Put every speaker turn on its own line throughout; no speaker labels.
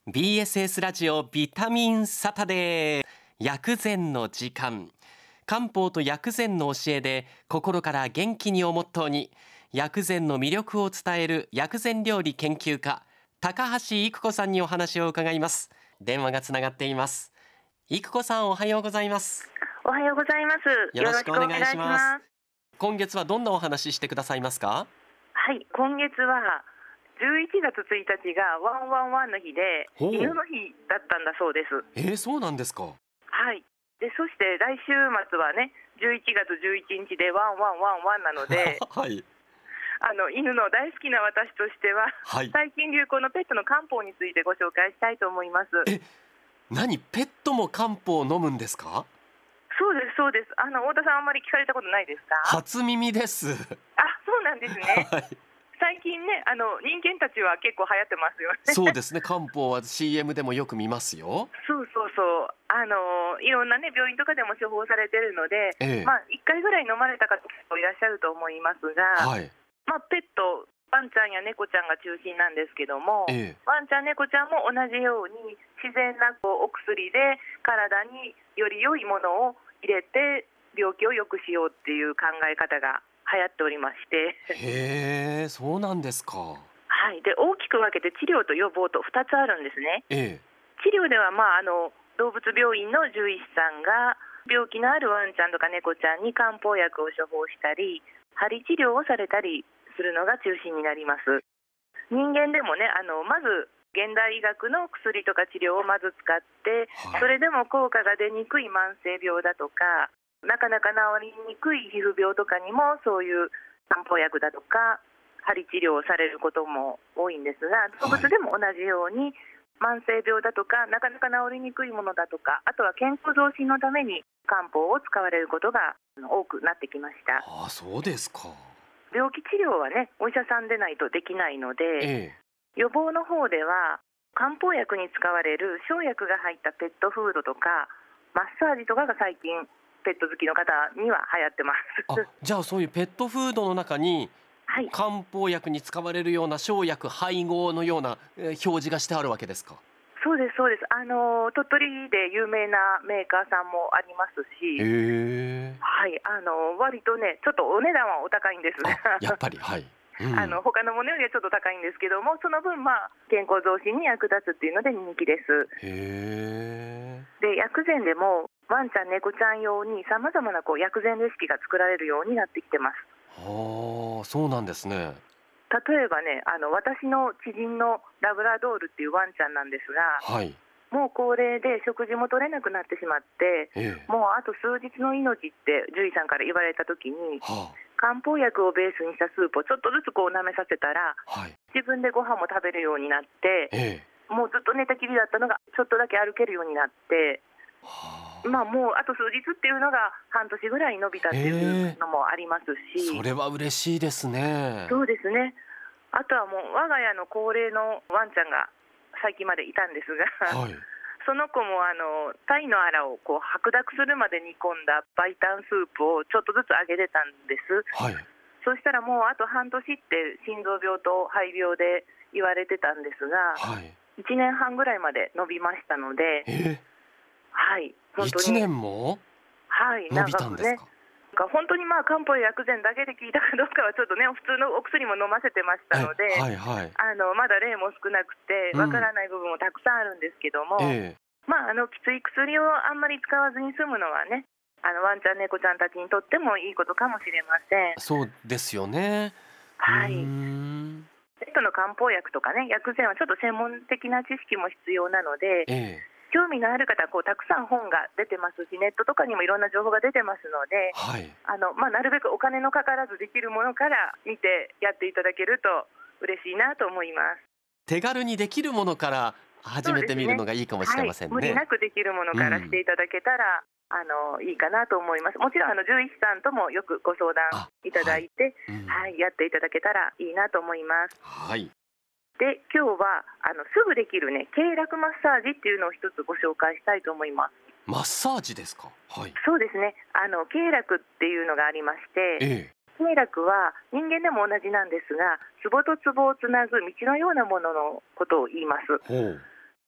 BSS ラジオビタミンサタデー、薬膳の時間。漢方と薬膳の教えで心から元気にをモットーに、薬膳の魅力を伝える薬膳料理研究家高橋育子さんにお話を伺います。電話がつながっています。育子さん、おはようございます。
おはようございます。
よろしくお願いします。
よろしくお願いします。
今月はどんなお話ししてくださいますか？
はい、今月は11月1日がワンワンワンの日で
ほう。
犬の日だったんだそうです。
そうなんですか。
はい。で、そして来週末はね、11月11日でワンワンワンワンなので、
はい。
犬の大好きな私としては、
はい。
最近流行のペットの漢方についてご紹介したいと思います。
何、ペットも漢方を飲むんですか？
そうです、そうです。太田さんあんまり聞かれたことないですか？
初耳です。
あ、そうなんですね。
はい。
最近ね、人間たちは結構流行ってますよね。
そうですね。漢方は CM でもよく見ますよ。
そうそうそう。いろんなね、病院とかでも処方されてるので、
ええ。
1回ぐらい飲まれた方もいらっしゃると思いますが、
はい。
ペット、ワンちゃんや猫ちゃんが中心なんですけども、
ええ。
ワンちゃん、猫ちゃんも同じように自然なお薬で体により良いものを入れて病気を良くしようっていう考え方が流行っておりまして、
へえ、そうなんですか。
はい。で、大きく分けて治療と予防と2つあるんですね。
ええ。
治療では、動物病院の獣医師さんが病気のあるワンちゃんとか猫ちゃんに漢方薬を処方したり、針治療をされたりするのが中心になります。人間でもね、まず現代医学の薬とか治療をまず使って、
はい。
それでも効果が出にくい慢性病だとか、なかなか治りにくい皮膚病とかにもそういう漢方薬だとか針治療をされることも多いんですが、動物でも同じように慢性病だとかなかなか治りにくいものだとか、あとは健康増進のために漢方を使われることが多くなってきました。
ああ、そうですか。
病気治療はね、お医者さんでないとできないので、
ええ。
予防の方では漢方薬に使われる生薬が入ったペットフードとかマッサージとかが最近ペット好きの方には流行ってま
あ、
す。
じゃあそういうペットフードの中に
はい。
漢方薬に使われるような生薬配合のような表示がしてあるわけですか？
そうです、そうです。鳥取で有名なメーカーさんもあります
へ
し、
え。
はい、割とね、ちょっとお値段はお高いんですが、
あ、やっぱり、はい。うん。
他のものよりはちょっと高いんですけども、その分、健康増進に役立つっていうので人気です。
へえ。
で、薬膳でも、ワンちゃん、猫ちゃん用に様々な薬膳レシピが作られるようになってきてます。
はあ、そうなんですね。
例えばね、私の知人のラブラドールっていうワンちゃんなんですが、
はい。
もう高齢で食事も取れなくなってしまって、
ええ。
もうあと数日の命って獣医さんから言われた時に、
は
漢方薬をベースにしたスープをちょっとずつ舐めさせたら、
あ。はい。
自分でご飯も食べるようになって、
ええ。
もうずっと寝たきりだったのがちょっとだけ歩けるようになって、
は
もうあと数日っていうのが半年ぐらい伸びたっていうのもあります
あ。そ
し、
れは嬉しいですね。
そうですね。あとはもう我が家の高齢のワンちゃんが最近までいたんですが、
はい。
その子も鯛のあらを白濁するまで煮込んだ白湯スープをちょっとずつあげてたんです。
はい。
そしたらもうあと半年って心臓病と肺病で言われてたんですが、
はい。
1年半ぐらいまで伸びましたので、
え
はい、本当
1
に、
年も
はい、
伸び
長くね、
たんですか？
本当に漢方や薬膳だけで効いたかどうかはちょっとね、普通のお薬も飲ませてましたので、
はいはい。
まだ例も少なくて、わか
うん。
らない部分もたくさんあるんですけども、
ええ。
きつい薬をあんまり使わずに済むのはね、ワンちゃん、猫ちゃんたちにとってもいいことかもしれません。
そうですよね。うー
はい。
ん。
ペットの漢方薬とかね、薬膳はちょっと専門的な知識も必要なので、
ええ。
興味のある方はたくさん本が出てますし、ネットとかにもいろんな情報が出てますので、
はい。
なるべくお金のかからずできるものから見てやっていただけると嬉しいなと思います。
手軽にできるものから始めてみる
そうですね。
のがいいかもしれ
はい。
ませんね。
無理なくできるものからして
うん。
いただけたら、いいかなと思います。もちろん、獣医師さんともよくご相談
あ、
いただ
はい。
いて、
うん。
はい、やっていただけたらいいなと思います。
はい。
で、今日は、すぐできるね、経絡マッサージっていうのを一つご紹介したいと思います。
マッサージですか？はい。
そうですね。経絡っていうのがありまして、
ええ。
経絡は人間でも同じなんですが、ツボとツボをつなぐ道のようなもののことを言います。
ほう。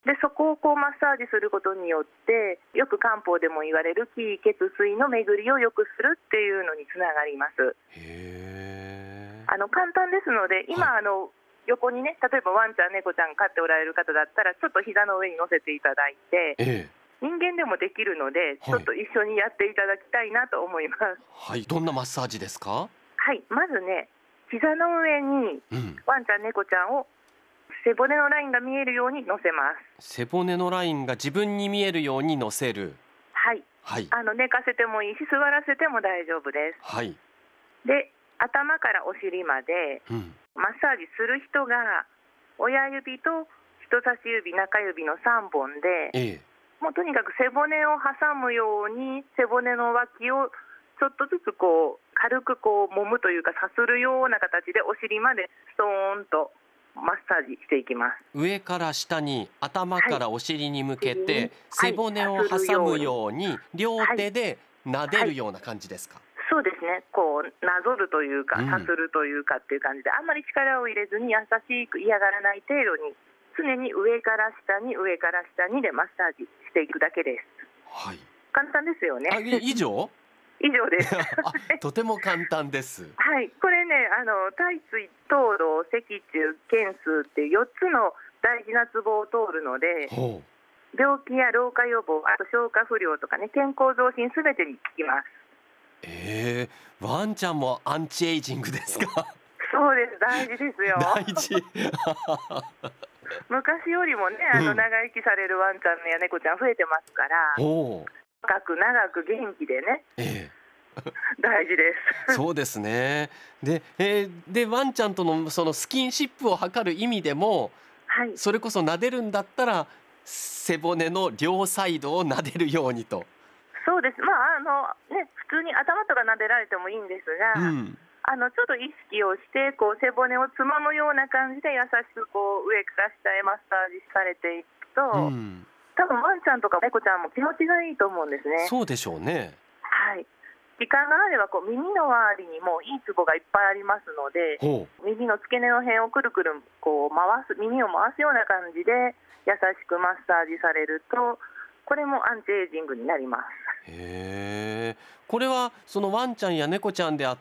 でそこをこうマッサージすることによって、よく漢方でも言われる気血水の巡りを良くするっていうのにつながります。
へ
簡単ですので、今、横にね、例えばワンちゃん猫ちゃん飼っておられる方だったら、ちょっと膝の上に乗せていただいて、人間でもできるので、ちょっと一緒にやっていただきたいなと思います。
はい、どんなマッサージですか？
はい、まずね、膝の上にワンちゃん猫ちゃんを背骨のラインが見えるように乗せます。
背骨のラインが自分に見えるように乗せる。
はい、
はい、
寝かせてもいいし、座らせても大丈夫です。
はい、
で、頭からお尻までマッサージする人が親指と人差し指中指の3本で、もうとにかく背骨を挟むように背骨の脇をちょっとずつこう軽くこう揉むというかさするような形でお尻までストーンとマッサージしていきます。
上から下に頭からお尻に向けて、背骨を挟むように両手で撫でるような感じですか？
そうですね、こうなぞるというかさするというかっていう感じで、あんまり力を入れずに優しく嫌がらない程度に常に上から下に上から下にでマッサージしていくだけです。
はい、
簡単ですよね。
以上
以上です
とても簡単です。
はい、これね、体水、糖度、脊柱、懸数っていう4つの大事なツボを通るので、病気や老化予防、あと消化不良とかね、健康増進すべてに効きます。
ワンちゃんもアンチエイジングですか？
そうです、大事ですよ。
大事
昔よりもね、長生きされるワンちゃんや猫ちゃん増えてますから、長く長く元気でね、大事です。
そうですね。で、ワンちゃんとのそのスキンシップを図る意味でも、それこそ撫でるんだったら背骨の両サイドを撫でるようにと。
そうです。普通に頭とか撫でられてもいいんですが、ちょっと意識をしてこう背骨をつまむような感じで優しくこう上から下へマッサージされていくと、多分ワンちゃんとか猫ちゃんも気持ちがいいと思うんですね。
そうでしょうね。
はい。時間があればこう耳の周りにもいいツボがいっぱいありますので、耳の付け根の辺をくるくるこう耳を回すような感じで優しくマッサージされると、これもアンチエイジングになります。
これはそのワンちゃんや猫ちゃんであって、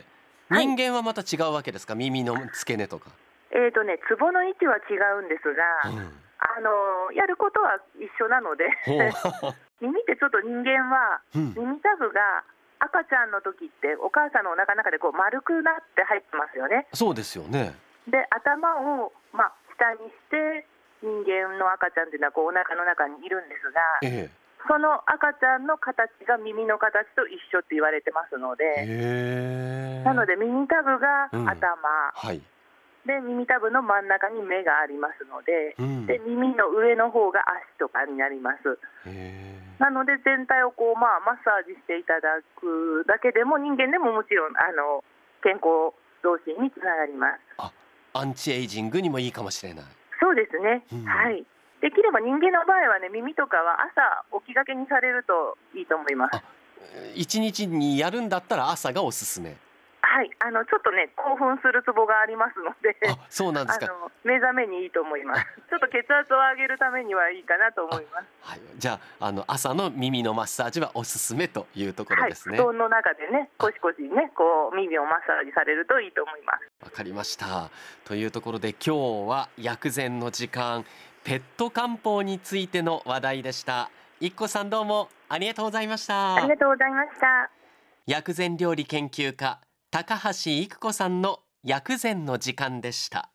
人間はまた違うわけですか？耳の付け根とか。
ツボの位置は違うんですが、やることは一緒なので耳ってちょっと人間は、耳たぶが赤ちゃんの時ってお母さんのお腹の中でこう丸くなって入ってますよね。
そうですよね。
で、頭を下にして人間の赤ちゃんっていうのはこうお腹の中にいるんですが、その赤ちゃんの形が耳の形と一緒って言われてますので、なので耳たぶが頭、で耳たぶの真ん中に目がありますので、で耳の上の方が足とかになります。なので全体をこう、マッサージしていただくだけでも人間でももちろん健康増進につながります。
アンチエイジングにもいいかもしれない。
そうですね、はい。できれば人間の場合はね、耳とかは朝起きがけにされるといいと思います。
一日にやるんだったら朝がおすすめ。
はい、ちょっとね興奮するツボがありますので、
そうなんですか。
目覚めにいいと思います。ちょっと血圧を上げるためにはいいかなと思います。
じゃあ、朝の耳のマッサージはおすすめというところですね。
布団の中でね、コシコシね、こう耳をマッサージされるといいと思います。
わかりました。というところで今日は薬膳の時間、ペット漢方についての話題でした。いっこさん、どうもありがとうございました。
ありがとうございました。
薬膳料理研究家高橋育子さんの薬膳の時間でした。